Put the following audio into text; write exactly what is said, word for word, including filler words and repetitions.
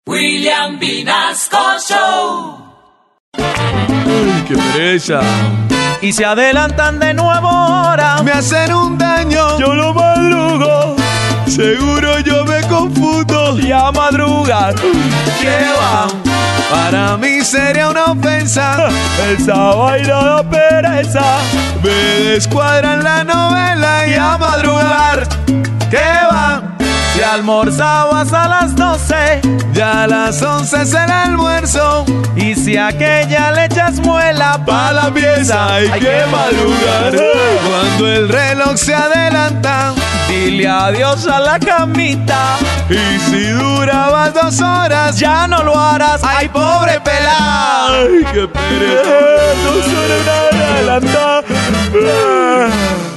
William Vinasco Show. Ay, qué pereza. Y se adelantan de nuevo ahora. Me hacen un daño. Yo lo madrugo. Seguro yo me confundo. Y a madrugar. ¿Qué va? Para mí sería una ofensa. Esa vaina da pereza. Me descuadran la novela y a madrugar. ¿Qué va? Si almorzabas a las doce, ya a las once es el almuerzo. Y si a aquella le echas muela pa' la pieza hay, hay que madrugar. Cuando el reloj se adelanta, dile adiós a la camita. Y si durabas dos horas, ya no lo harás. ¡Ay, pobre pelada! ¡Ay, qué pereza! Dos horas adelantada.